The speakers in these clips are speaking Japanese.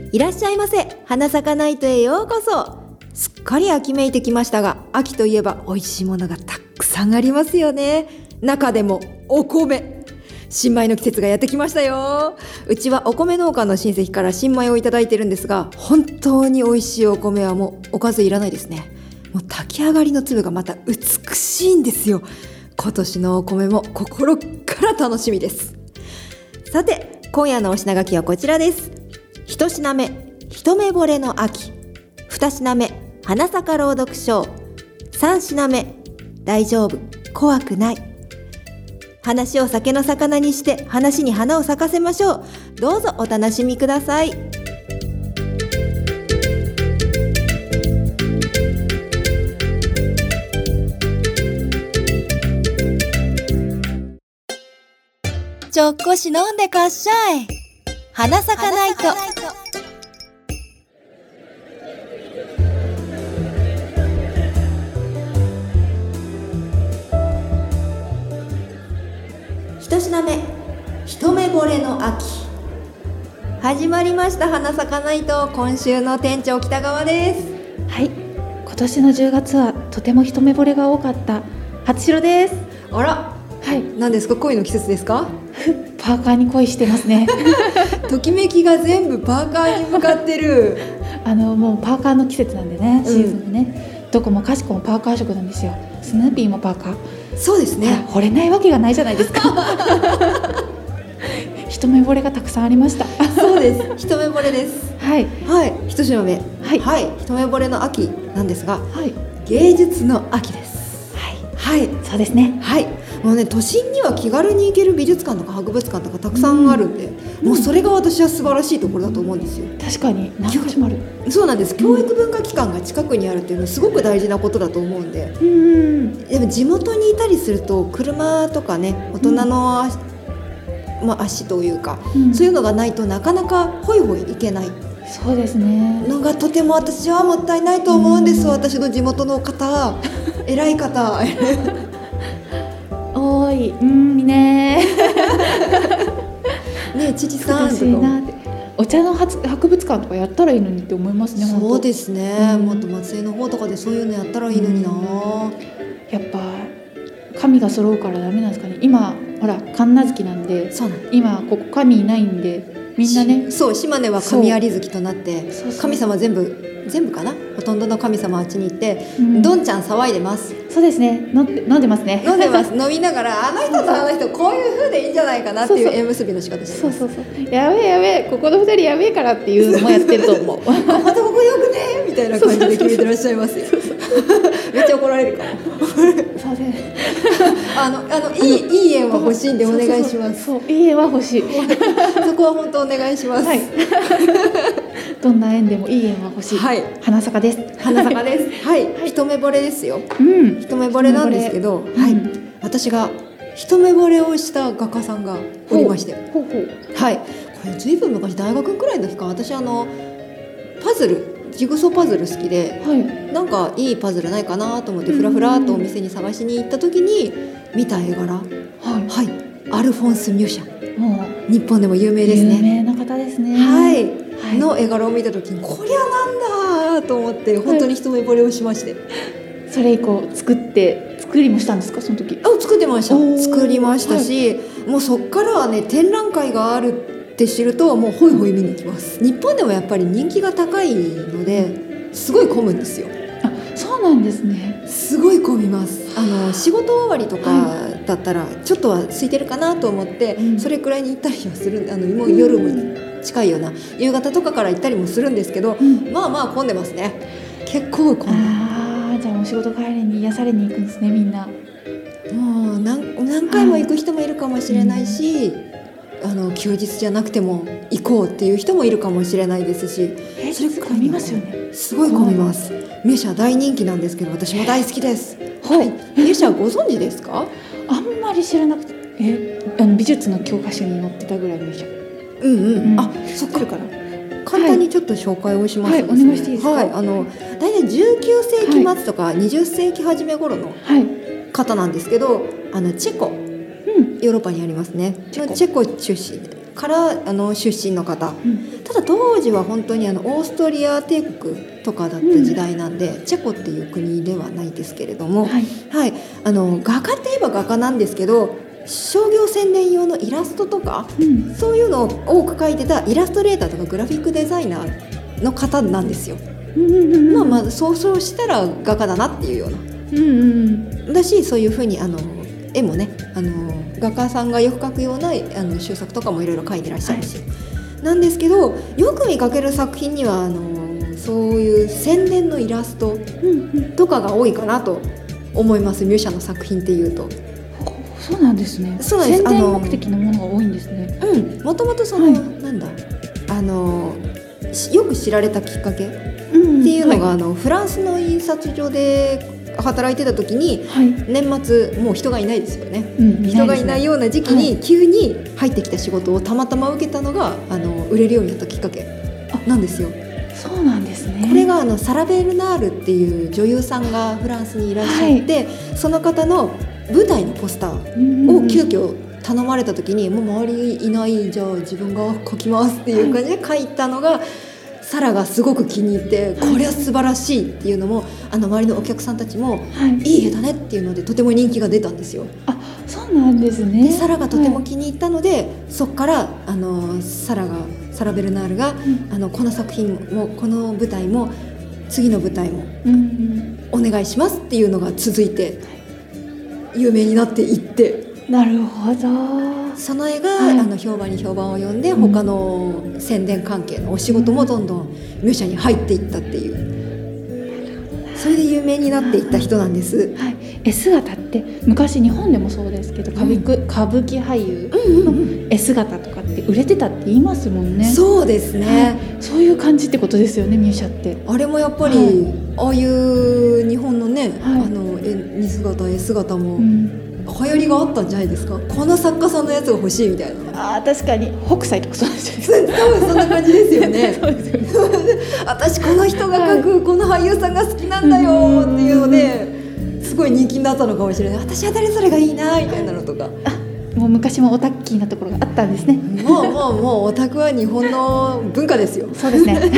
いらっしゃいませ。花咲かナイトへようこそ。すっかり秋めいてきましたが、秋といえば美味しいものがたくさんありますよね。中でもお米、新米の季節がやってきましたよ。うちはお米農家の親戚から新米をいただいてるんですが、本当に美味しいお米はもうおかずいらないですね。もう炊き上がりの粒がまた美しいんですよ。今年のお米も心から楽しみです。さて、今夜のお品書きはこちらです。一品目、一目惚れの秋。二品目、花咲か朗読賞。三品目、大丈夫、怖くない。話を酒の魚にして話に花を咲かせましょう。どうぞお楽しみください。ちょっこし飲んでかっしゃい。花咲かないと。一品目、一目惚れの秋。始まりました。花咲かないと。今週の店長北川です。 はい、今年の10月はとても一目惚れが多かった初白です。 あら、はい、何ですか？恋の季節ですか？ パーカーに恋してますね。 ときめきが全部パーカーに向かってる。 もうパーカーの季節なんでね、シーズンでね、どこもかしこもパーカー色なんですよ。スヌーピーもパーカー。 そうですね。 惚れないわけがないじゃないですか。一目惚れがたくさんありました。 そうです。一目惚れです。 はいはい。一品目、 はい、 はい、一目惚れの秋なんですが、 はい、 芸術の秋です。はい、はい、 そうですね。 はい。もうね、都心には気軽に行ける美術館とか博物館とかたくさんあるんで、もうそれが私は素晴らしいところだと思うんですよ。 確かに何か所もある。 そうなんです。教育文化機関が近くにあるっていうのはすごく大事なことだと思うんで、でも地元にいたりすると車とかね、大人の足というか、そういうのがないとなかなかホイホイ行けない。 そうですね。 のがとても私はもったいないと思うんです。私の地元の方、偉い方。 おい、ねえ、知事さんとかお茶の博物館とかやったらいいのにって思いますね。 そうですね、もっと松江の方とかでそういうのやったらいいのにな。 やっぱ神が揃うからダメなんですかね。今ほら神奈月なんで、今ここ神いないんでみんなね、 そう、島根は神有月となって、神様全部かな、ほとんどの神様あっちに行って、どんちゃん騒いでます。 そうですね、飲んでますね。 飲んでます。飲みながらあの人とあの人こういう風でいいんじゃないかなっていう縁結びの仕方してます。 そうやべえここの2人やべえからっていうのもやってると思う。 またここよくねみたいな感じで決めてらっしゃいますよ。めっちゃ怒られるかも。 そうですいい縁は欲しいんでお願いします。 そういい縁は欲しい。 そこは本当お願いします。はい、 どんな縁でもいい縁は欲しい。はい、花咲かです。 花咲かです。はい、一目惚れですよ。一目惚れなんですけど、はい、私が一目惚れをした画家さんがおりまして、はい、これずいぶん昔、大学くらいの時か、私パズル、ジグソーパズル好きで、なんかいいパズルないかなと思ってフラフラっとお店に探しに行った時に見た絵柄、はい、アルフォンス・ミュシャン、日本でも有名ですね。 有名な方ですね。 はい、の絵柄を見た時にこりゃなんだと思って本当に一目惚れをしまして、 それ以降作りもしたんですか？その時作ってました。作りましたし、もうそっからはね、展覧会があるって知るともうホイホイ見に行きます。日本でもやっぱり人気が高いのですごい混むんですよ。 あ、そうなんですね。 すごい混みます。仕事終わりとかだったらちょっとは空いてるかなと思って、それくらいに行ったりはする。もう夜も近いような夕方とかから行ったりもするんですけど、まあまあ混んでますね。結構混んで。 じゃあお仕事帰りに癒されに行くんですね、みんな。 もう何回も行く人もいるかもしれないし、休日じゃなくても行こうっていう人もいるかもしれないですし、 それ混みますよね。 すごい混みます。ミュシャ大人気なんですけど、私も大好きです。はい、ミュシャご存知ですか？ あんまり知らなくて、美術の教科書に載ってたぐらいミュシャ。 あ、そっか。簡単にちょっと紹介をしますとですね、 お願いしていいですか？ 大体19世紀末とか20世紀初め頃の方なんですけど、チェコ、ヨーロッパにありますね。チェコ出身から出身の方、ただ当時は本当にオーストリア帝国とかだった時代なんで、チェコっていう国ではないですけれども、はい、画家って言えば画家なんですけど、商業宣伝用のイラストとか、そういうのを多く描いてたイラストレーターとかグラフィックデザイナーの方なんですよ。まあそうしたら画家だなっていうような、だし、そういうふうに絵もね、画家さんがよく描くような修作とかもいろいろ描いてらっしゃるし、なんですけど、よく見かける作品にはそういう宣伝のイラストとかが多いかなと思います。ミュシャの作品っていうと。 そうなんですね。 そうなんです。 宣伝目的のものが多いんですね。 もともとなんだよく知られたきっかけっていうのが、フランスの印刷所で働いてた時に、年末もう人がいないですよね、人がいないような時期に急に入ってきた仕事をたまたま受けたのが売れるようになったきっかけなんですよ。 そうなんですね。 これがサラ・ベルナールっていう女優さんがフランスにいらっしゃって、その方の舞台のポスターを急遽頼まれた時に、もう周りいない、じゃあ自分が描きますっていう感じで描いたのが、サラがすごく気に入って、これは素晴らしいっていうのも周りのお客さんたちも、いい絵だねっていうのでとても人気が出たんですよ。 あ、そうなんですね。 でサラがとても気に入ったので、そこからサラ・ベルナールが、この作品もこの舞台も次の舞台もお願いしますっていうのが続いて有名になっていって。 なるほど。 その絵が、評判に評判を呼んで、他の宣伝関係のお仕事もどんどんミュシャに入っていったっていう、それで有名になっていった人なんです。 絵姿って昔日本でもそうですけど、歌舞伎俳優の絵姿とかって売れてたって言いますもんね。 そうですね、 そういう感じってことですよね、ミュシャって。 あれもやっぱり、ああいう日本のね、絵姿も、流行りがあったんじゃないですか。この作家さんのやつが欲しいみたいな。 確かに北斎とかそうですよね。 多分そんな感じですよね。そうですよね。私この人が描くこの俳優さんが好きなんだよっていうのですごい人気になったのかもしれない。私は誰それがいいなみたいなのとか。 もう昔もオタッキーなところがあったんですね。 もうオタクは日本の文化ですよ。 そうですね。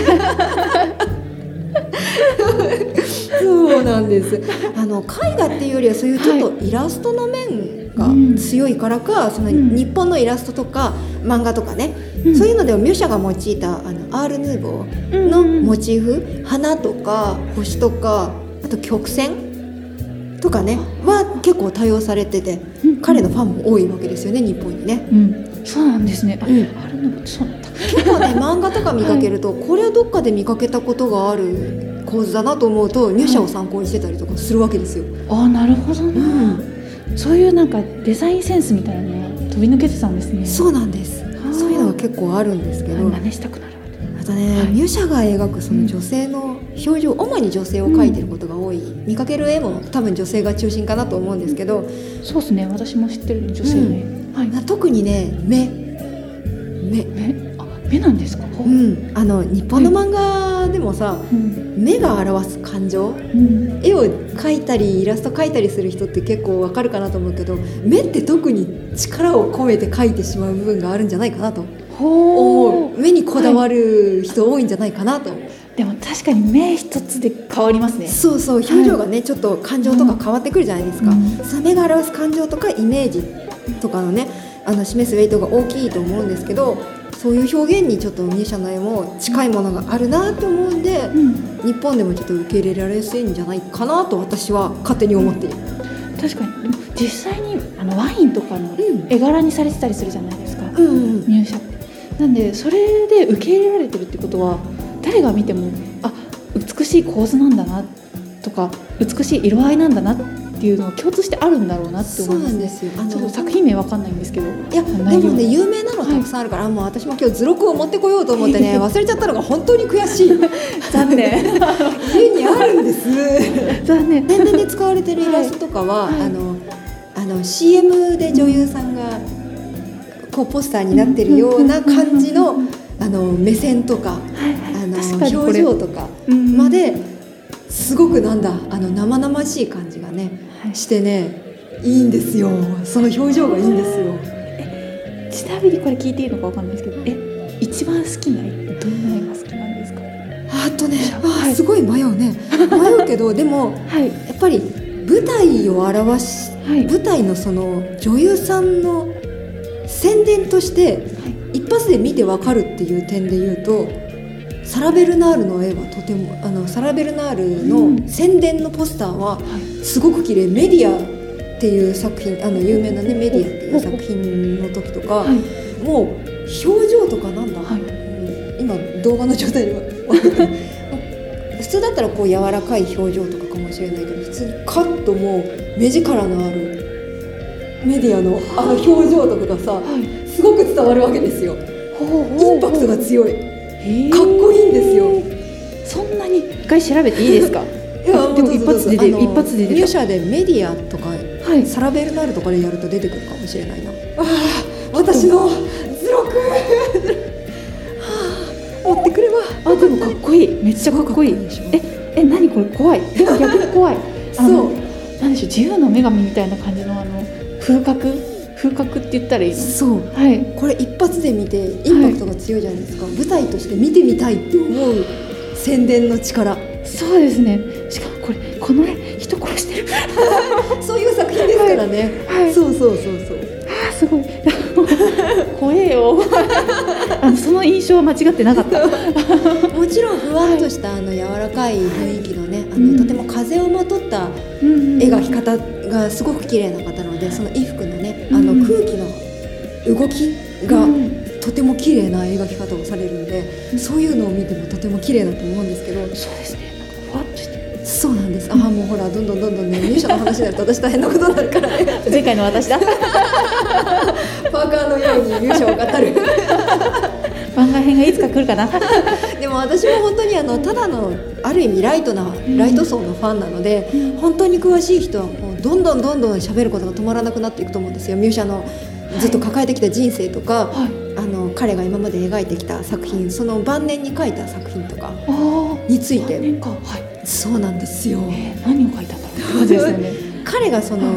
そうなんです。絵画っていうよりは、そういうちょっとイラストの面が強いからか、その日本のイラストとか漫画とかね、そういうのでミュシャが用いたアール・ヌーボーのモチーフ、花とか星とか、あと曲線とかねは結構多用されてて、彼のファンも多いわけですよね、日本にね。 そうなんですね。アール・ヌーボーってそうなんだ。 結構ね、漫画とか見かけると、これはどっかで見かけたことがある構図だなと思うと、ミュシャを参考にしてたりとかするわけですよ。 なるほどな、そういうなんかデザインセンスみたいなのが飛び抜けてたんですね。 そうなんです。そういうのが結構あるんですけど、 真似したくなる。 あとね、ミュシャが描くその女性の表情、主に女性を描いてることが多い、見かける絵も多分女性が中心かなと思うんですけど、 そうですね、私も知ってる女性の絵、 特にね、 目なんですか。 日本の漫画でもさ、目が表す感情、絵を描いたりイラスト描いたりする人って結構わかるかなと思うけど、目って特に力を込めて描いてしまう部分があるんじゃないかなと思う。目にこだわる人多いんじゃないかなと。 でも確かに目一つで変わりますね。 そうそう、表情がね、ちょっと感情とか変わってくるじゃないですか。目が表す感情とかイメージとかのね、示すウェイトが大きいと思うんですけど、そういう表現にちょっとミュシャの絵も近いものがあるなと思うんで、日本でもちょっと受け入れられやすいんじゃないかなと私は勝手に思っている。 確かに実際にワインとかの絵柄にされてたりするじゃないですか、ミュシャって。なんでそれで受け入れられてるってことは、誰が見ても美しい構図なんだなとか、美しい色合いなんだなっていうのが共通してあるんだろうなって思います。そうなんですよ。ちょっと作品名わかんないんですけど、いやでもね、有名なのたくさんあるから、もう私も今日図録を持ってこようと思ってね忘れちゃったのが本当に悔しい。 残念。 家にあるんです。 残念。 宣伝で使われてるイラストとかは、CM で女優さんがこうポスターになってるような感じの目線とか、表情とかまですごく生々しい感じがね、してね、いいんですよ。その表情がいいんですよ。 ちなみにこれ聞いていいのかわかんないですけど、一番好きなどんな絵が好きなんですか？ すごい迷うね。迷うけどでも、やっぱり舞台を表し、舞台のその女優さんの宣伝として一発で見てわかるっていう点で言うと、サラ・ベルナールの絵はとてもサラ・ベルナールの宣伝のポスターはすごく綺麗。メディアっていう作品、有名なねメディアっていう作品の時とか、もう表情とかなんだ、今動画の状態では普通だったらこう柔らかい表情とかかもしれないけど、普通にカッともう目力のあるメディアの表情とかがさ、すごく伝わるわけですよ。インパクトが強い、かっこいいんですよ。 そんなに一回調べていいですか？ いやでも一発で出た。 入社でメディアとか、サラ・ベルナールとかでやると出てくるかもしれないな。私の図録持ってくれば。 でもかっこいい、めっちゃかっこいい。何これ怖い。でも逆に怖い。なんでしょう、自由の女神みたいな感じの風格って言ったらいいの？ そう、これ一発で見てインパクトが強いじゃないですか。舞台として見てみたいって思う宣伝の力。 そうですね。しかもこの絵人殺してるそういう作品ですからね。そうすごい怖えよその印象は間違ってなかったもちろんふわっとした柔らかい雰囲気のね、とても風をまとった描き方がすごく綺麗な方なので、その衣服のね空気の動きがとても綺麗な描き方をされるんで、そういうのを見てもとても綺麗だと思うんですけど。 そうですね、なんかふわっとして。 そうなんです。もうほらどんどんね入社の話になると私大変なことになるからね前回の私だパーカーのように入社を語る番外編がいつか来るかなでも私も本当にただのある意味ライト層のファンなので、本当に詳しい人はもうどんどん喋ることが止まらなくなっていくと思うんですよ。入社のずっと抱えてきた人生とか、彼が今まで描いてきた作品、その晩年に描いた作品とかについて。そうなんですよ。 何を描いたんだろうですよね彼がその、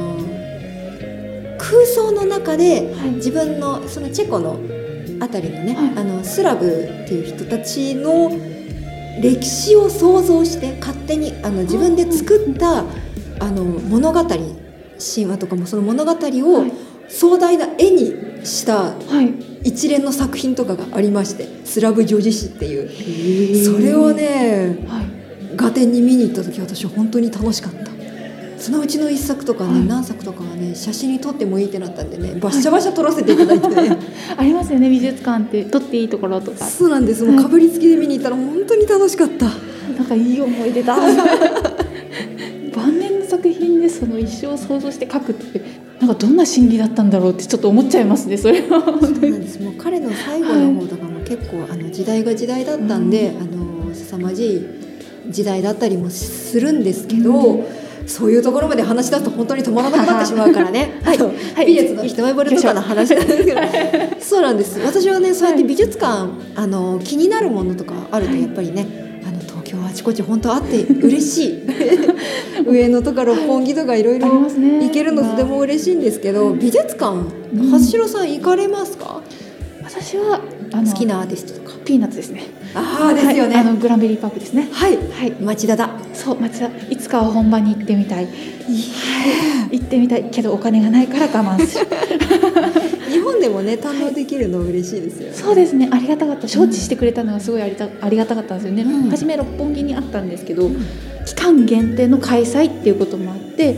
空想の中で自分のそのチェコのあたりのね、スラブっていう人たちの歴史を想像して勝手に自分で作った物語、神話とかもその物語を壮大な絵にした一連の作品とかがありまして、スラブ女子誌っていう、それをね、画展に見に行った時私は本当に楽しかった。そのうちの一作とかね、何作とかはね写真に撮ってもいいってなったんでね、バッシャバシャ撮らせていただいてねありますよね、美術館って撮っていいところとか。 そうなんです。もうかぶりつきで見に行ったら本当に楽しかった。 なんかいい思い出だ晩年の作品でその一生を想像して描くってなんかどんな心理だったんだろうってちょっと思っちゃいますね、それは。 そうなんです。もう彼の最後の方とかも結構時代が時代だったんで、凄まじい時代だったりもするんですけど、そういうところまで話し出すと本当に止まらなくなってしまうからね美術の一目惚れとかの話なんですけどそうなんです。私はね、そうやって美術館気になるものとかあるとやっぱりね、東京あちこち本当あって嬉しい上野とか六本木とかいろいろ行けるのとても嬉しいんですけど、美術館橋代さん行かれますか？ 私は好きなアーティストとか。 ピーナッツですね。 ですよね。 グランベリーパークですね。 町田だ。 そう、町田。いつかは本場に行ってみたい。行ってみたいけどお金がないから我慢する日本でもね堪能できるの嬉しいですよね。 そうですね、ありがたかった。招致してくれたのがすごいありがたかったんですよね。初め六本木にあったんですけど、期間限定の開催っていうこともあって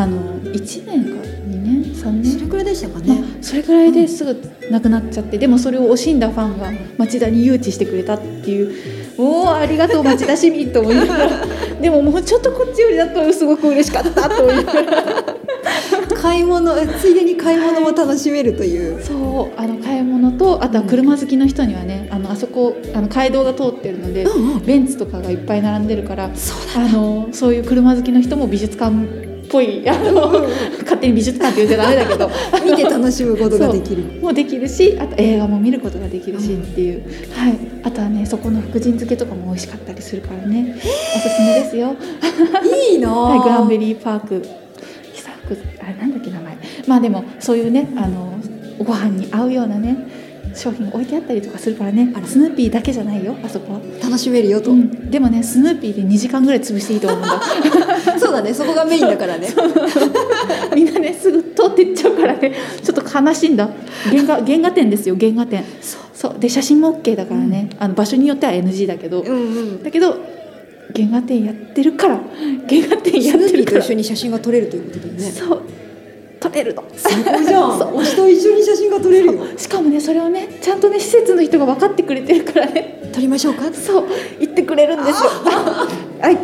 1年か2年3年それくらいでしたかね。 それくらいですぐなくなっちゃって、でもそれを惜しんだファンが町田に誘致してくれたっていう、おーありがとう町田市民と思いながらでももうちょっとこっちよりだとすごく嬉しかったと思いながら買い物、ついでに買い物も楽しめるという。 そう買い物と、あとは車好きの人にはね、あそこ街道が通ってるので、ベンツとかがいっぱい並んでるから、そういう車好きの人も美術館っぽい勝手に美術館って言うとダメだけど見て楽しむことができるもうできるし、あと映画も見ることができるしっていう、あとはね、そこの福神漬けとかも美味しかったりするからね、おすすめですよいいな、 グランベリーパーク、あれなんだっけ名前、まあでもそういうね美ご飯に合うようなね商品置いてあったりとかするからね。スヌーピーだけじゃないよ、あそこは楽しめるよと、 でもねスヌーピーで2時間ぐらい潰していいと思うんだそうだね、そこがメインだからねみんなねすぐ通っていっちゃうからね、ちょっと悲しいんだ。原画展ですよ、原画展。そうで写真も OK だからね、場所によっては NG だけど、だけど原画展やってるから原画展やってるからスヌーピーと一緒に写真が撮れるということだよね。 そう撮れるの最高じゃん推しと一緒に写真が撮れるよ。 しかもねそれをねちゃんとね施設の人が分かってくれてるからね、 撮りましょうか、 そう言ってくれるんですよはい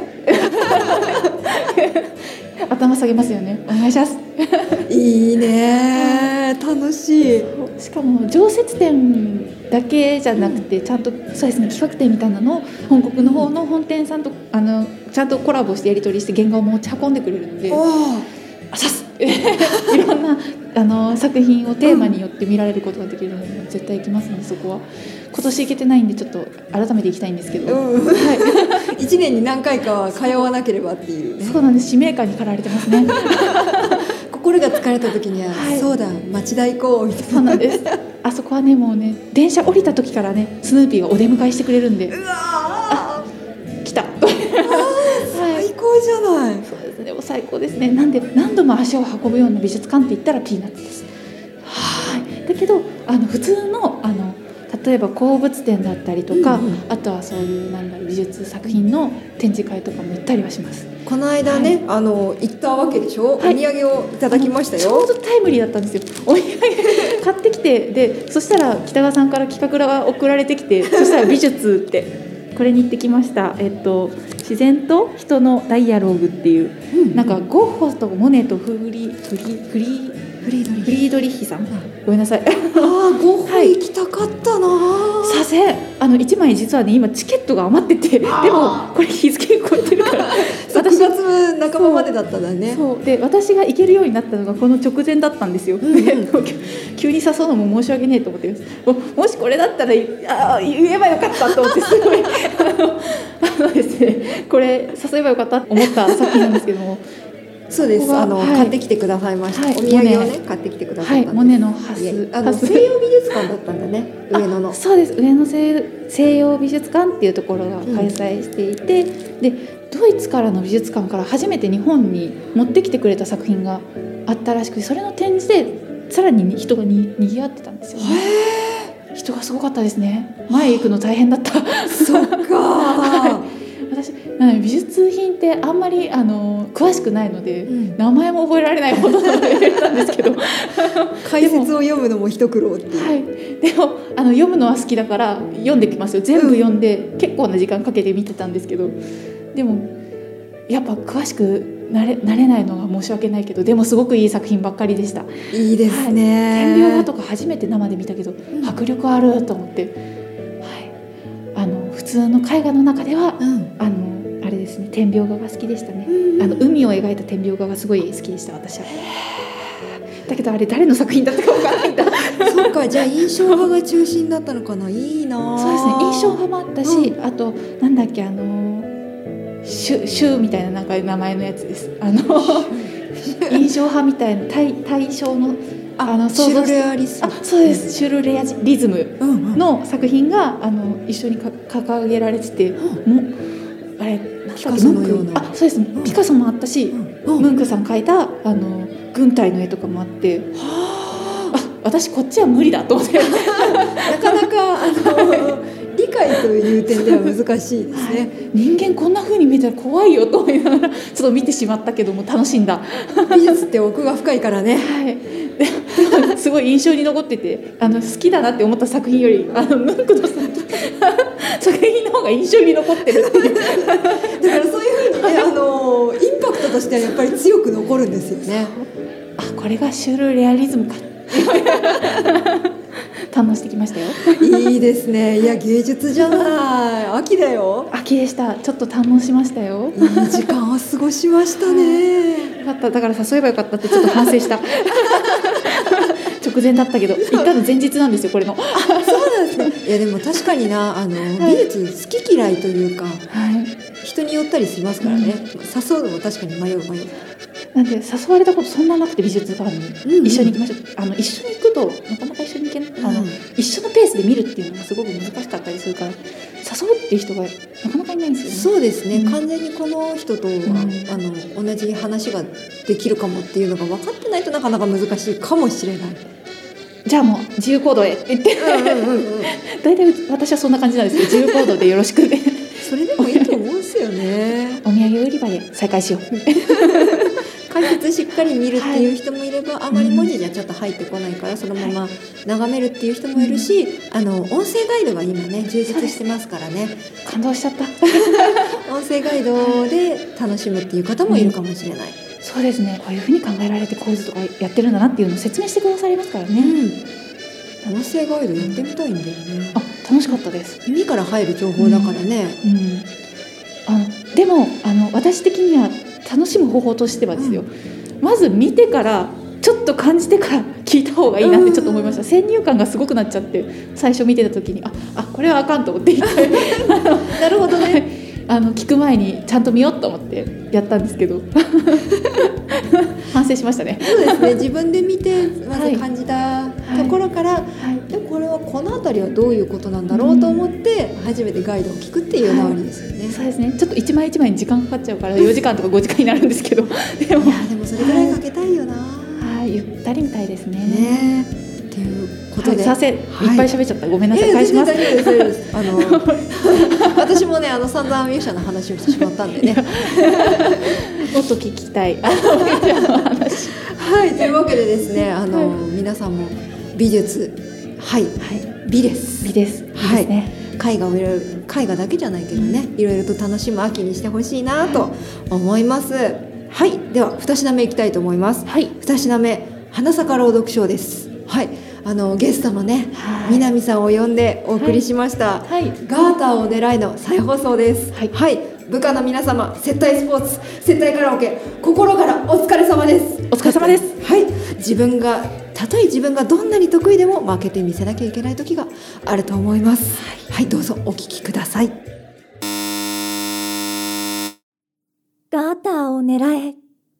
頭下げますよね、お願いしますいいね、楽しい。 しかも常設展だけじゃなくて、ちゃんとそうですね企画展みたいなのを本国の方の本店さんとちゃんとコラボしてやり取りして原画を持ち運んでくれるので、いろんな作品をテーマによって見られることができるので、絶対行きますね。そこは今年行けてないんでちょっと改めて行きたいんですけど、 1年に何回かは通わなければっていうね。 そうなんです、使命感に駆られてますね心が疲れた時には、そうだ町田行こうみたいな。 そうなんです。あそこはねもうね電車降りた時からねスヌーピーがお出迎えしてくれるんで、 うわ来た最高じゃない。 そうですね、もう最高ですね。なんで何度も足を運ぶような美術館って言ったらピーナッツです。だけど普通の例えば鉱物展だったりとか、あとはそういう美術作品の展示会とかも行ったりはします。 この間ね、行ったわけでしょ、お土産をいただきましたよ。 ちょうどタイムリーだったんですよ。お土産買ってきて、でそしたら北川さんから企画が送られてきて、そしたら美術ってこれに行ってきました。自然と人のダイアローグっていう、なんかゴッホとモネとフリードリッヒさん、ごめんなさい。 ゴッホ行きたかったな。 させ1枚実はね今チケットが余ってて、でもこれ日付超えてるから 9月半ばまでだったんだね。 そうで私が行けるようになったのがこの直前だったんですよ、で急に誘うのも申し訳ねえと思って、もしこれだったら言えばよかったと思ってすごいですね、これ誘えばよかったと思った作品なんですけどもそうです、買ってきてくださいました、お土産をね買ってきてくださったんです。 モネのハス西洋美術館だったんだね、上野の。 そうです、上野西洋美術館っていうところが開催していて、でドイツからの美術館から初めて日本に持ってきてくれた作品があったらしくて、それの展示でさらに人がにぎわってたんですよね。人がすごかったですね。前行くの大変だったそっか私美術品ってあんまり詳しくないので、名前も覚えられないほどのレベルなんですけど解説を読むのも一苦労っていう、 でも読むのは好きだから読んできますよ。全部読んで、結構な時間かけて見てたんですけど、でもやっぱ詳しくなれないのが申し訳ないけど、でもすごくいい作品ばっかりでした。 いいですね、 点描画とか初めて生で見たけど、迫力あると思って、普通の絵画の中では、あれですね、点描画が好きでしたね。海を描いた点描画がすごい好きでした私は。だけどあれ誰の作品だったか分からないんだそうか、じゃあ印象派が中心だったのかな。いいな。 そうですね、印象派もあったし、あとなんだっけシュみたいな名前のやつです。印象派みたいな対象のシュルレアリズム。 そうです、シュルレアリズムの作品が一緒に掲げられてて、あれピカソのような、そうです、ピカソもあったし、ムンクさん描いた軍隊の絵とかもあって、私こっちは無理だと思ってなかなか理解という点では難しいですね、 人間こんな風に見たら怖いよと思いながらちょっと見てしまったけども楽しんだ。 美術って奥が深いからね、 すごい印象に残ってて、好きだなって思った作品よりムンクの作品の方が印象に残ってるっていうだからそういう風にね、インパクトとしてはやっぱり強く残るんですよね。 これがシュルレアリズムか堪能してきましたよ。 いいですね。いや芸術じゃない。秋だよ。 秋でした。ちょっと堪能しましたよ。 いい時間を過ごしましたね。 よかった。だから誘えばよかったってちょっと反省した。直前だったけど、行ったの前日なんですよこれの。 そうなんですね。いやでも確かにな、美術好き嫌いというか、人によったりしますからね。誘うのも確かに迷う。 なんで誘われたことそんななくて、美術館に一緒に行きましょう、一緒に行くとなかなか一緒に行けない、一緒のペースで見るっていうのがすごく難しかったりするから、誘うっていう人がなかなかいないんですよね。 そうですね、完全にこの人とは、同じ話ができるかもっていうのが分かってないとなかなか難しいかもしれない。 じゃあもう自由行動へって言って大体私はそんな感じなんですけど、自由行動でよろしくねそれでもいいと思うんですよねお土産売り場で再会しよう解説しっかり見るっていう人もいれば、あまり文字じゃちょっと入ってこないからそのまま眺めるっていう人もいるし、音声ガイドが今ね充実してますからね。 感動しちゃった音声ガイドで楽しむっていう方もいるかもしれない、 そうですね、こういうふうに考えられて構図とかやってるんだなっていうのを説明してくださいますからね、 音声ガイドやってみたいんだよね。 楽しかったです。 耳から入る情報だからね、 でも私的には楽しむ方法としてはですよ、まず見てからちょっと感じてから聞いた方がいいなってちょっと思いました。先入観がすごくなっちゃって最初見てた時にこれはあかんと思ってなるほどね聞く前にちゃんと見ようと思ってやったんですけど反省しましたね。 そうですね、自分で見てまず感じたところから、でこれはこの辺りはどういうことなんだろうと思って初めてガイドを聞くっていう流れですよね、 そうですね、ちょっっと一枚一枚に時間かかっちゃうから4時間とか5時間になるんですけどでもそれぐらいかけたいよな、 ゆったりみたいですね。 っていうことで、 いっぱい喋っちゃった、ごめんなさい、返します。 大丈夫です私もね散々ミュージシャンの話をしてしまったんでねもっと聞きたいはい、というわけでですね皆さんも美術美です美ですね、 絵画だけじゃないけどね、いろいろと楽しむ秋にしてほしいなと思います。はい、では2品目いきたいと思います。2品目、花咲か朗読賞です。ゲストのね、南さんを呼んでお送りしました、ガーターを狙いの再放送です。部下の皆様、接待スポーツ、接待カラオケ、心からお疲れ様です。 お疲れ様です。 たとえ自分がどんなに得意でも負けてみせなきゃいけない時があると思います。どうぞお聞きください。 ガーターを狙え。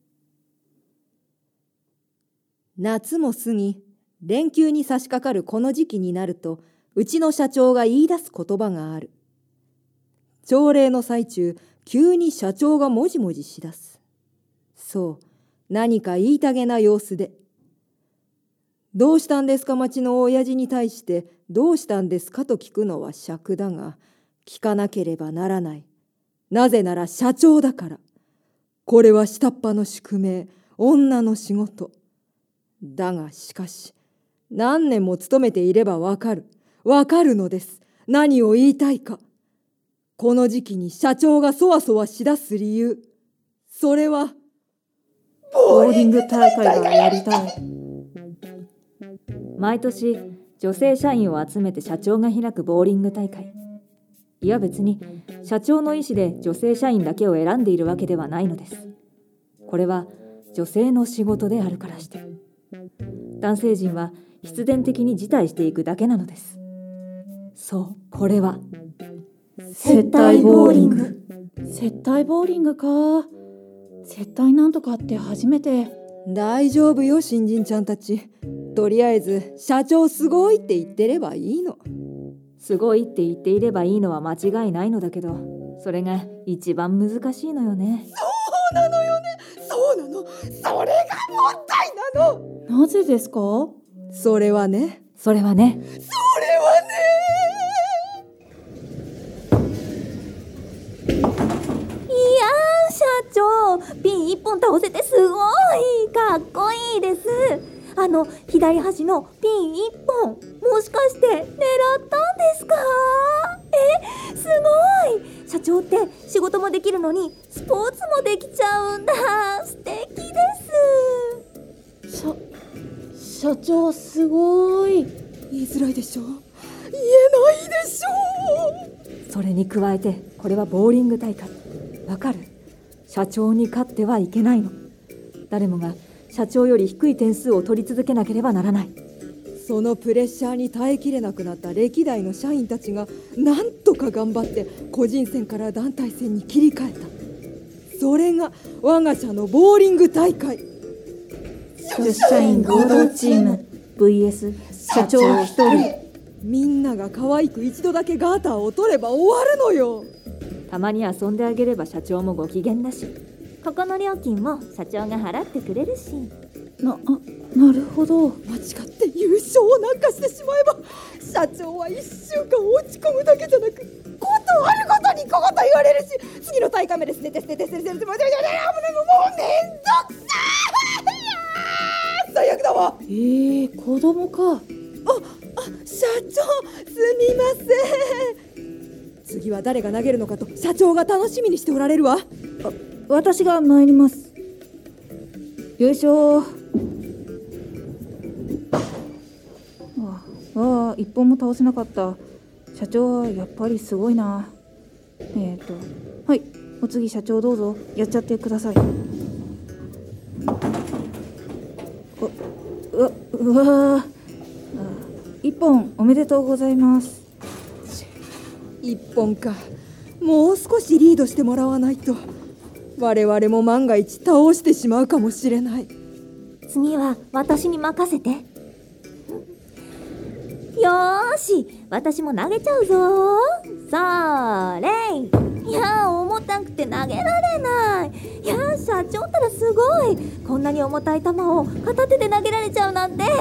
夏も過ぎ、連休に差し掛かるこの時期になると、うちの社長が言い出す言葉がある。朝礼の最中、急に社長がもじもじしだす。そう、何か言いたげな様子で。どうしたんですか町の親父に対してどうしたんですかと聞くのは癪だが、聞かなければならない。なぜなら社長だから。これは下っ端の宿命、女の仕事。だがしかし、何年も勤めていればわかるのです。何を言いたいか。この時期に社長がそわそわしだす理由。それは、 ボーリング大会がやりたい。毎年女性社員を集めて社長が開くボーリング大会。いや別に社長の意思で女性社員だけを選んでいるわけではないのです。これは女性の仕事であるからして、男性陣は必然的に辞退していくだけなのです。そう、これは接待ボーリング。接待ボーリングか。接待なんとかって初めて。 大丈夫よ新人ちゃんたち。とりあえず社長すごいって言ってればいいの。 すごいって言っていればいいのは間違いないのだけど、それが一番難しいのよね。 そうなのよね。そうなの。それが問題なの。 なぜですか？ それはね。 社長、ピン1本倒せてすごいかっこいいです。左端のピン1本、もしかして狙ったんですか？すごい。社長って仕事もできるのにスポーツもできちゃうんだ。素敵です。 社長すごい。 言いづらいでしょ。言えないでしょ。 それに加えてこれはボーリング大会。わかる？社長に勝ってはいけないの。誰もが社長より低い点数を取り続けなければならない。 そのプレッシャーに耐えきれなくなった歴代の社員たちがなんとか頑張って個人戦から団体戦に切り替えた。 それが我が社のボーリング大会。 女子社員合同チーム vs 社長一人。 みんなが可愛く一度だけガーターを取れば終わるのよ。 たまに遊んであげれば社長もご機嫌だし、ここの料金も社長が払ってくれるし。 なるほど。 間違って優勝なんかしてしまえば、社長は1週間落ち込むだけじゃなく、ことあるごとにここと言われるし、次の大会まで捨ててもうめんどくさい最悪だわ。 子供か。 社長すみません。次は誰が投げるのかと社長が楽しみにしておられるわ。 私が参ります。よいしょ。一本も倒せなかった。社長はやっぱりすごいな。はい、お次社長どうぞやっちゃってください。うわ一本おめでとうございます。 一本か。もう少しリードしてもらわないと我々も万が一倒してしまうかもしれない。 次は私に任せて。よーし、私も投げちゃうぞ。それいや重たくて投げられない。いや社長ったらすごい。こんなに重たい球を片手で投げられちゃうなんて。 いや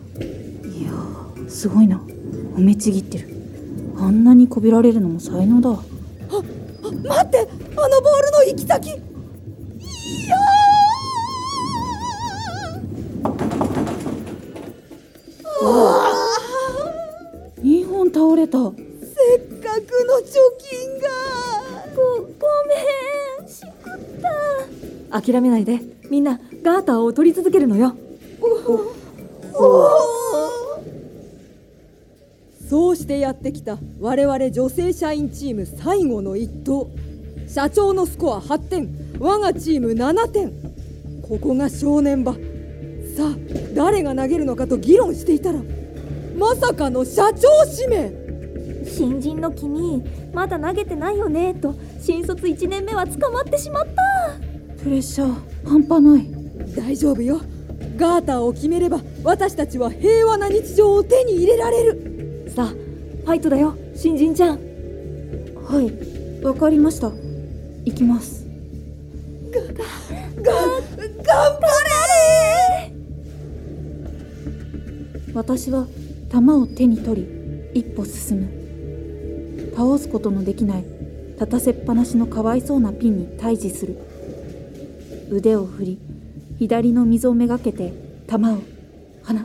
すごいな。褒めちぎってる。あんなにこびられるのも才能だ。 待って、あのボールの行き先。いや 2本倒れた。 せっかくの貯金が。 ごめん、しくった。諦めないで、みんなガーターを取り続けるのよ。 そうしてやってきた我々女性社員チーム最後の一投。社長のスコア8点、我がチーム7点。ここが正念場。さあ誰が投げるのかと議論していたら、まさかの社長指名。 新人の君まだ投げてないよねと新卒1年目は捕まってしまった。 プレッシャー半端ない。 大丈夫よ。ガーターを決めれば私たちは平和な日常を手に入れられる。 さあファイトだよ新人ちゃん。 はい、わかりました。行きます。 頑張れ。 私は球を手に取り一歩進む。倒すことのできない立たせっぱなしのかわいそうなピンに対峙する。腕を振り左の溝をめがけて球を花。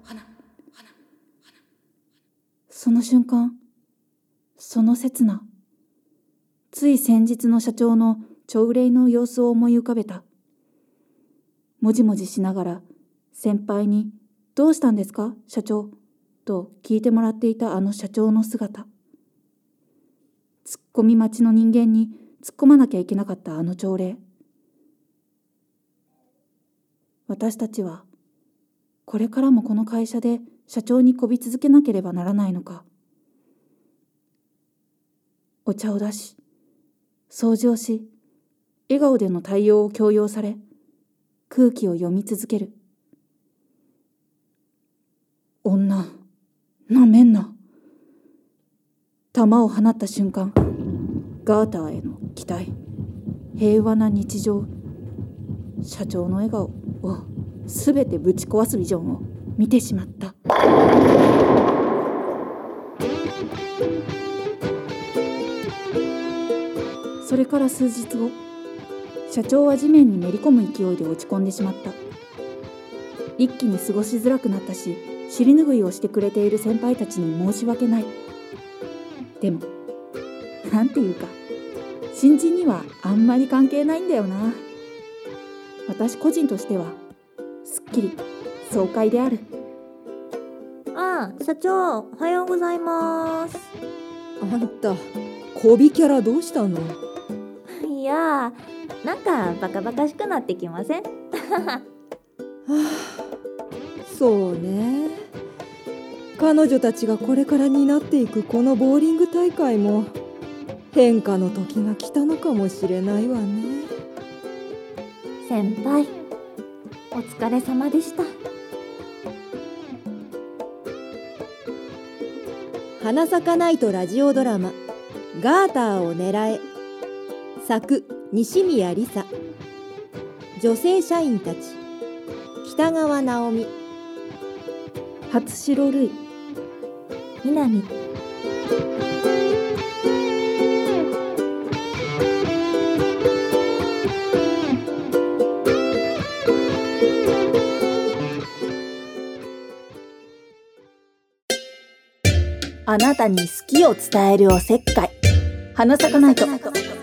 その瞬間、その刹那、つい先日の社長の朝礼の様子を思い浮かべた。もじもじしながら先輩にどうしたんですか社長と聞いてもらっていたあの社長の姿。ツッコミ待ちの人間に突っ込まなきゃいけなかったあの朝礼。私たちはこれからもこの会社で社長に媚び続けなければならないのか。お茶を出し、掃除をし、笑顔での対応を強要され、空気を読み続ける。女、なめんな。弾を放った瞬間、ガーターへの期待、平和な日常、社長の笑顔をすべてぶち壊すビジョンを見てしまった。それから数日後、社長は地面にめり込む勢いで落ち込んでしまった。一気に過ごしづらくなったし、尻拭いをしてくれている先輩たちに申し訳ない。でも、なんていうか、新人にはあんまり関係ないんだよな。私個人としては、すっきり爽快である。 ああ、社長、おはようございます。 あんた、コビキャラどうしたの？ いやー、なんかバカバカしくなってきません？ そうね。彼女たちがこれから担っていくこのボーリング大会も変化の時が来たのかもしれないわね。 先輩、お疲れ様でした。 花咲かないとラジオドラマガーターを狙え。作西宮梨沙。女性社員たち北川直美。初白瑠衣。 南。あなたに好きを伝えるおせっかい、花咲かないと。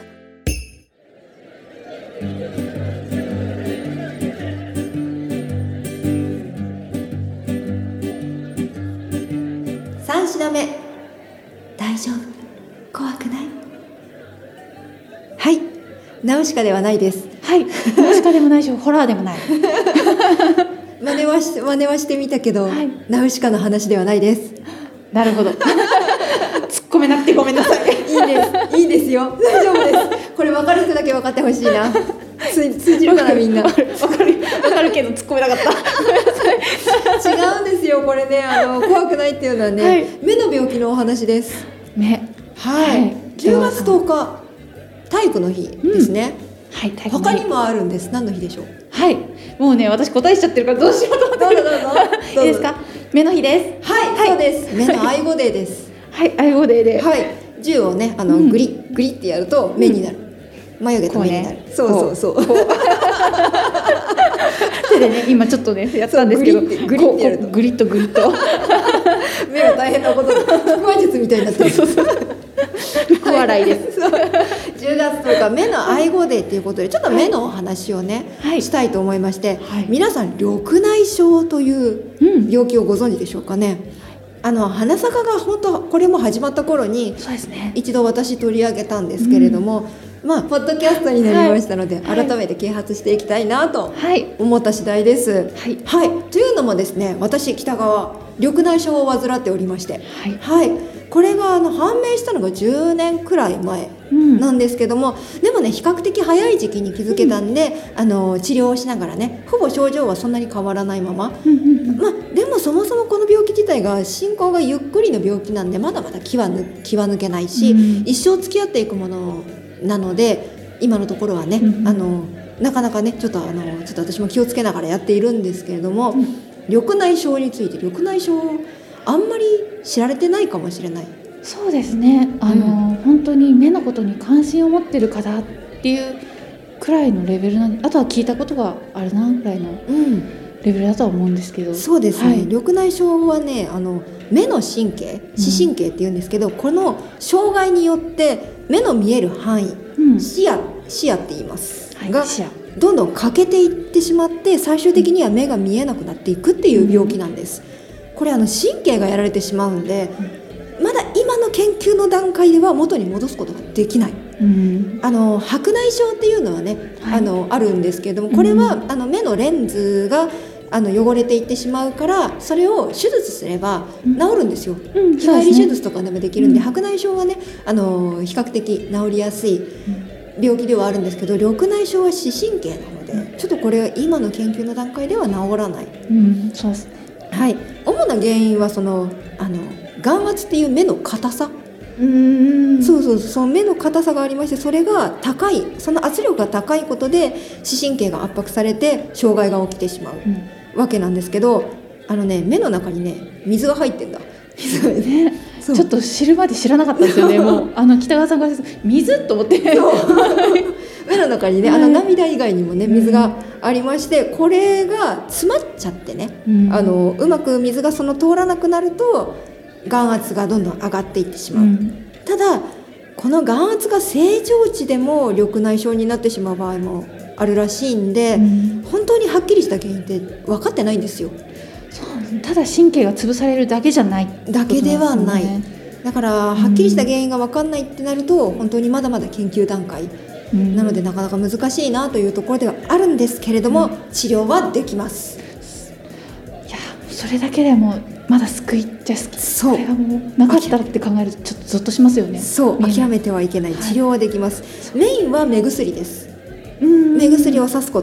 3品目。大丈夫、怖くない？はい、ナウシカではないです。 はい、ナウシカでもないしホラーでもない。 真似はしてみたけど、 はい、 ナウシカの話ではないです。 なるほど。突っ込めなくてごめんなさい。 いいですよ、大丈夫です。これ分かる人だけ分かってほしいな。通じるかな、みんな。 わかるけど突っ込めなかった。 違うんですよ、これね、怖くないっていうのはね、はい、目の病気のお話です。 目。 はい。10月10日、体育の日ですね。 はい、 他にもあるんです。何の日でしょう？ はい。もうね、私答えしちゃってるからどうしようと思って。 どうぞ。 いいですか？目の日です。 はい、そうです。目の愛護デーです。 はい、愛護デーで。 はい。銃をね、グリってやると目になる。眉毛と目になる。そう。 手でね、今ちょっっとねやったんですけど、 グリってやるとグリッと目が大変なことで腹話術みたいになってる。 腹笑いです。 10月10日目の愛護デーっていうことでちょっと目のお話をね、したいと思いまして、皆さん緑内障という病気をご存知でしょうかね。花咲かが本当これも始まった頃に一度私取り上げたんですけれども、ポッドキャストになりましたので、改めて啓発していきたいなと思った次第です。というのもですね、私北川緑内障を患っておりまして、これが判明したのが10年くらい前なんですけども、でもね比較的早い時期に気づけたんで、治療をしながらね、ほぼ症状はそんなに変わらないまま、でもそもそもこの病気自体が進行がゆっくりの病気なんで、まだまだ気は抜けないし、一生付き合っていくものなので、今のところはね、なかなかねちょっと私も気をつけながらやっているんですけれども、緑内障について、緑内障あんまり知られてないかもしれない。 そうですね、本当に目のことに関心を持ってる方っていうくらいのレベルなんで、あとは聞いたことがあるなぐらいのレベルだとは思うんですけど、 そうですね、緑内障はね、目の神経、視神経っていうんですけど、この障害によって目の見える範囲、視野って言います、がどんどん欠けていってしまって、最終的には目が見えなくなっていくっていう病気なんです。これ神経がやられてしまうんで、まだ今の研究の段階では元に戻すことができない。白内障っていうのはね、あるんですけれども、これは目のレンズが汚れていってしまうから、それを手術すれば治るんですよ。日帰り手術とかでもできるんで、白内障はね比較的治りやすい病気ではあるんですけど、緑内障は視神経なので、ちょっとこれは今の研究の段階では治らない。 そうですね。 主な原因は眼圧っていう目の硬さ、その目の硬さがありまして、それが高い、その圧力が高いことで視神経が圧迫されて障害が起きてしまうわけなんですけど、目の中にね水が入ってんだ。 ちょっと知るまで知らなかったんですよね。もう北川さんが水と思って目の中にね、涙以外にもね水がありまして、これが詰まっちゃってね、うまく水が通らなくなると眼圧がどんどん上がっていってしまう。ただこの眼圧が正常値でも緑内障になってしまう場合もあるらしいんで、本当にはっきりした原因って分かってないんですよ。 ただ神経が潰されるだけじゃない、 だけではない。だからはっきりした原因が分かんないってなると、本当にまだまだ研究段階なので、なかなか難しいなというところではあるんですけれども、治療はできます。 いや、それだけでもまだ救いっちゃ救い。それがもうなかったらって考えるとちょっとゾッとしますよね。 諦めてはいけない。治療はできます。メインは目薬です。目薬をさすこと。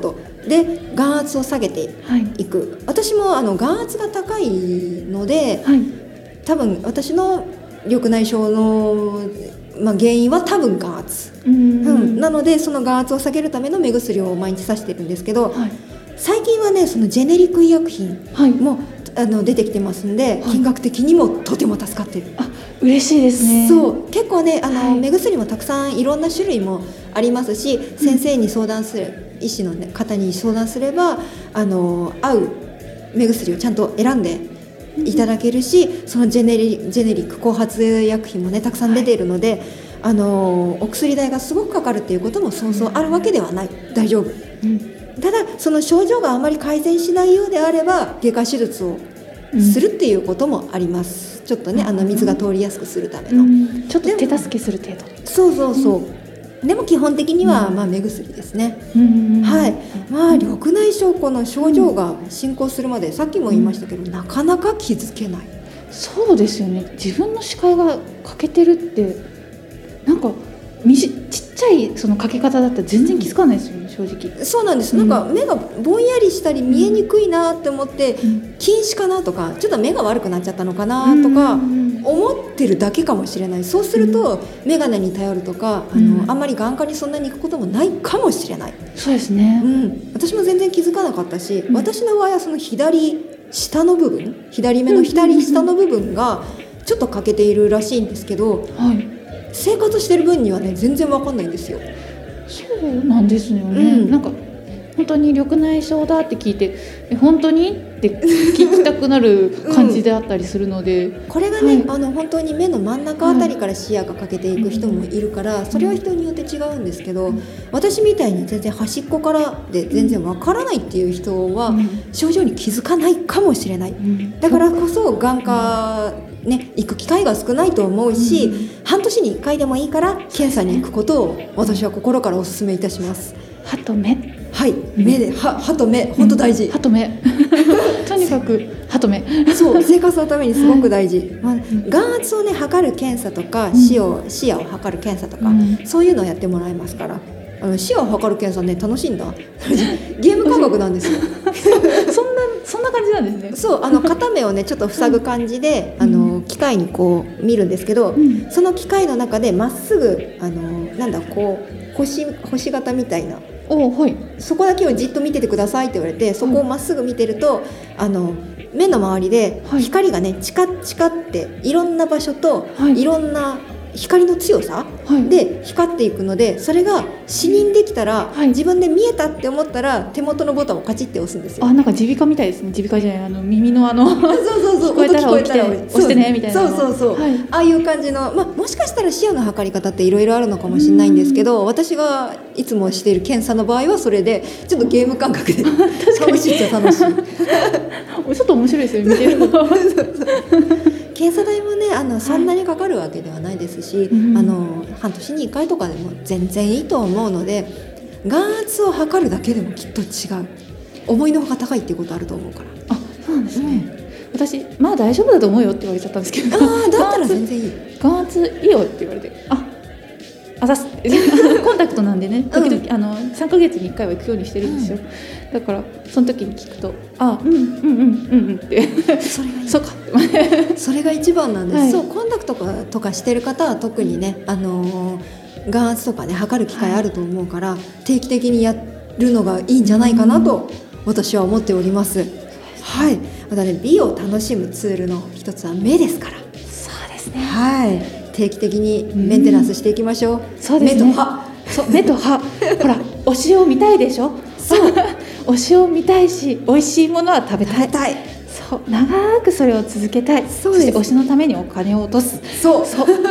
で眼圧を下げていく、私も眼圧が高いので、多分私の緑内障の、原因は多分眼圧、なのでその眼圧を下げるための目薬を毎日さしてるんですけど、最近はねそのジェネリック医薬品も、出てきてますんで、金額的にもとても助かってる。 嬉しいですね。 そう結構ね目薬もたくさんいろんな種類もありますし、先生に相談する医師の、方に相談すれば合う目薬をちゃんと選んでいただけるし、そのジェネリック後発薬品もねたくさん出ているので、お薬代がすごくかかるっていうこともそうそうあるわけではない。大丈夫、ただその症状があまり改善しないようであれば外科手術をするっていうこともあります、ちょっとね水が通りやすくするための、 ちょっと手助けする程度。 そうでも基本的には目薬ですね。緑内障この症状が進行するまで、さっきも言いましたけど、なかなか気づけない。 そうですよね。自分の視界が欠けてるってなんかちっちゃいその欠け方だったら全然気づかないですよね、正直。 そうなんです、なんか目がぼんやりしたり見えにくいなって思って、近視かなとかちょっと目が悪くなっちゃったのかなとか思ってるだけかもしれない。そうすると眼鏡に頼るとかあんまり眼科にそんなに行くこともないかもしれない。 そうですね、 私も全然気づかなかったし、私の場合はその左下の部分、左目の左下の部分がちょっと欠けているらしいんですけど、生活してる分にはね全然わかんないんですよ。 そうなんですよね、なんか本当に緑内障だって聞いて本当にって聞きたくなる感じであったりするので、 これがね、本当に目の真ん中あたりから視野が欠けていく人もいるから、それは人によって違うんですけど、私みたいに全然端っこからで全然わからないっていう人は症状に気づかないかもしれない、だからこそ眼科行く機会が少ないと思うし、半年に1回でもいいから検査に行くことを私は心からお勧めいたします。 歯と目、 目で歯と目本当大事、 歯と目とにかく歯と目そう生活のためにすごく大事、眼圧をね測る検査とか視野を測る検査とか、そういうのをやってもらいますから。視野を測る検査ね楽しいんだゲーム感覚なんですよそんな感じなんですね。 そう片目をねちょっと塞ぐ感じで、機械にこう見るんですけど、その機械の中でまっすぐこう星型みたいな、そこだけをじっと見ててくださいって言われて、そこをまっすぐ見てると目の周りで光がねチカチカっていろんな場所と、いろんな光の強さで光っていくので、それが視認できたら、自分で見えたって思ったら手元のボタンをカチッて押すんですよ。 なんか耳鼻科みたいですね。耳鼻科じゃない耳のそう聞こえたら押してねみたいな。 そう、ああいう感じの、もしかしたら視野の測り方っていろいろあるのかもしれないんですけど、私がいつもしている検査の場合はそれでちょっとゲーム感覚で楽しいっちゃ楽しいちょっと面白いですよ見てるの検査代もねそんなにかかるわけではないですし、半年に1回とかでも全然いいと思うので、眼圧を測るだけでもきっと違う、思いのほか高いっていうことあると思うから。 そうなんですね、私大丈夫だと思うよって言われちゃったんですけど、 だったら全然いい、 眼圧いいよって言われて、あざすコンタクトなんでね、時々3ヶ月に1回は行くようにしてるんですよ、だからその時に聞くとってそれがいいそうかそれが一番なんです、そうコンタクトとかしてる方は特にね、眼圧とかね測る機会あると思うから、定期的にやるのがいいんじゃないかなと私は思っております。またね、美を楽しむツールの一つは目ですから。 そうですね、 定期的にメンテナンスしていきましょう。 そうですね、 目と歯目と歯ほら推しを見たいでしょ。 そう推しを見たいし、美味しいものは食べたい。そう長くそれを続けたい。そして推しのためにお金を落とす。そう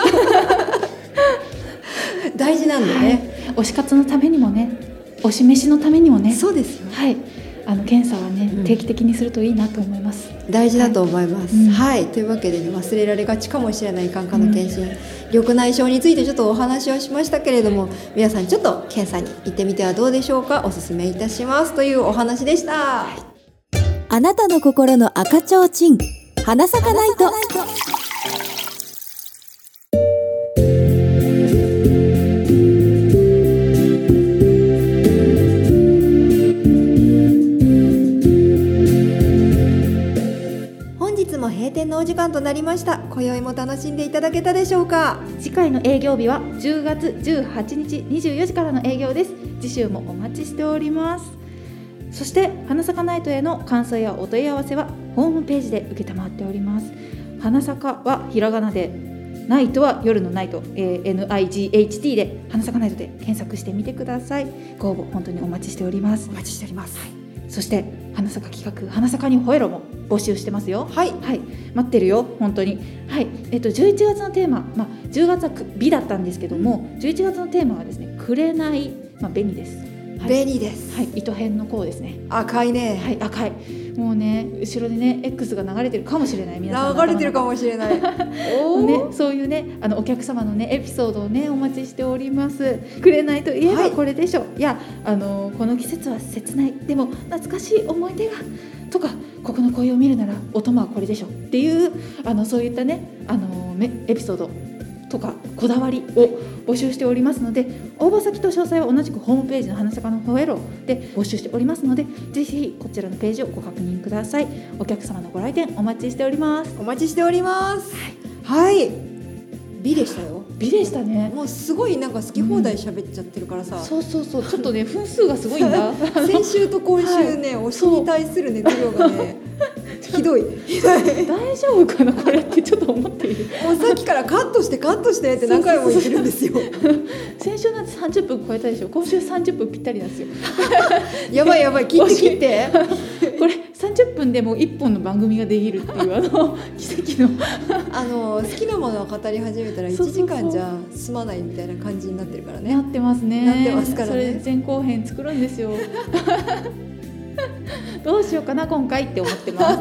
大事なんだね、 推し活のためにもね、推し飯のためにもね。そうですよ。検査はね、定期的にするといいなと思います。 大事だと思います。というわけで、ね、忘れられがちかもしれない眼科の検診、緑内障についてちょっとお話をしましたけれども、皆さんちょっと検査に行ってみてはどうでしょうか。おすすめいたしますというお話でした。 あなたの心の赤ちょうちん、花咲かないと。 りました。今宵も楽しんでいただけたでしょうか。 次回の営業日は10月18日24時からの営業です。次週もお待ちしております。そして花咲かナイトへの感想やお問い合わせはホームページで受けたまっております。花咲かはひらがなで、ナイトは夜のナイト、NIGHT で花咲かナイトで検索してみてください。ご応募本当にお待ちしております。 お待ちしております。 そして花咲か企画、花咲かに吠えろも募集してますよ。 はい、 はい、待ってるよ本当に。はい、11月のテーマ、10月は美だったんですけども、11月のテーマはですね、紅、紅です。はい、 紅です。 はい、糸編の項ですね。 赤いね。 はい、赤い。もうね、後ろでね X が流れてるかもしれない。皆さん流れてるかもしれないお、ね、そういうねお客様のねエピソードをねお待ちしております。紅といえばこれでしょ、いやこの季節は切ない、でも懐かしい思い出がとか、ここの紅葉を見るならお供はこれでしょっていうそういったねエピソードとかこだわりを募集しておりますので、応募先と詳細は同じくホームページの花咲かの吠えろで募集しておりますので、ぜひこちらのページをご確認ください。お客様のご来店お待ちしております。 お待ちしております。はい、美でしたよ。 美でしたね。 もうすごいなんか好き放題喋っちゃってるからさ、 そうちょっとね分数がすごいんだ先週と今週ね、推しに対する熱量がねひどい大丈夫かなこれってちょっと思っている。 もうさっきからカットしてって何回も言ってるんですよ。 先週なんて30分超えたでしょ。今週30分ぴったりなんですよやばい切ってこれ30分でもう1本の番組ができるっていう奇跡の好きなものを語り始めたら1時間じゃ済まないみたいな感じになってるからね。 なってますね。 なってますからね。 それ前後編作るんですよどうしようかな今回って思ってます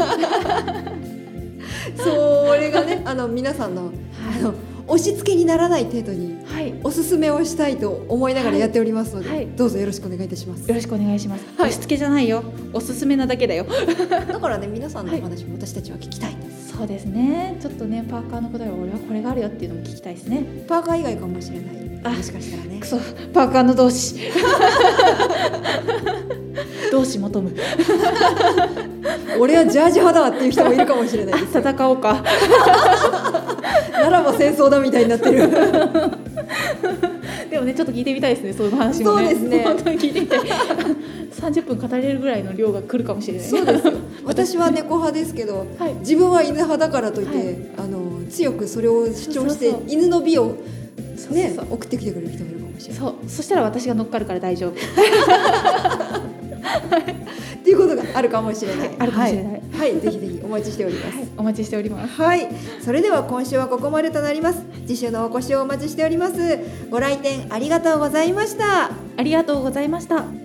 それがね皆さんの、押し付けにならない程度におすすめをしたいと思いながらやっておりますので、どうぞよろしくお願いいたします。 よろしくお願いします。押し付けじゃないよ、おすすめなだけだよだからね、皆さんのお話も私たちは聞きたいんです。 そうですね。ちょっとねパーカーの答えは俺はこれがあるよっていうのも聞きたいですね。 パーカー以外かもしれない。もしかしたらね。 くそ、パーカーの同志同志求む俺はジャージ派だっていう人もいるかもしれないです。 戦おうかならば戦争だみたいになってるでもねちょっと聞いてみたいですね、そういう話もね。 そうですね、 本当に聞いてみたい30分語れるぐらいの量が来るかもしれない。 そうですよ私は猫派ですけど、自分は犬派だからといって、強くそれを主張して犬の美をね送ってきてくれる人もいるかもしれない。 そしたら私が乗っかるから大丈夫っていうことがあるかもしれない。 あるかもしれない。 はい、ぜひぜひお待ちしております。 お待ちしております。 はい、それでは今週はここまでとなります。次週のお越しをお待ちしております。ご来店ありがとうございました。 ありがとうございました。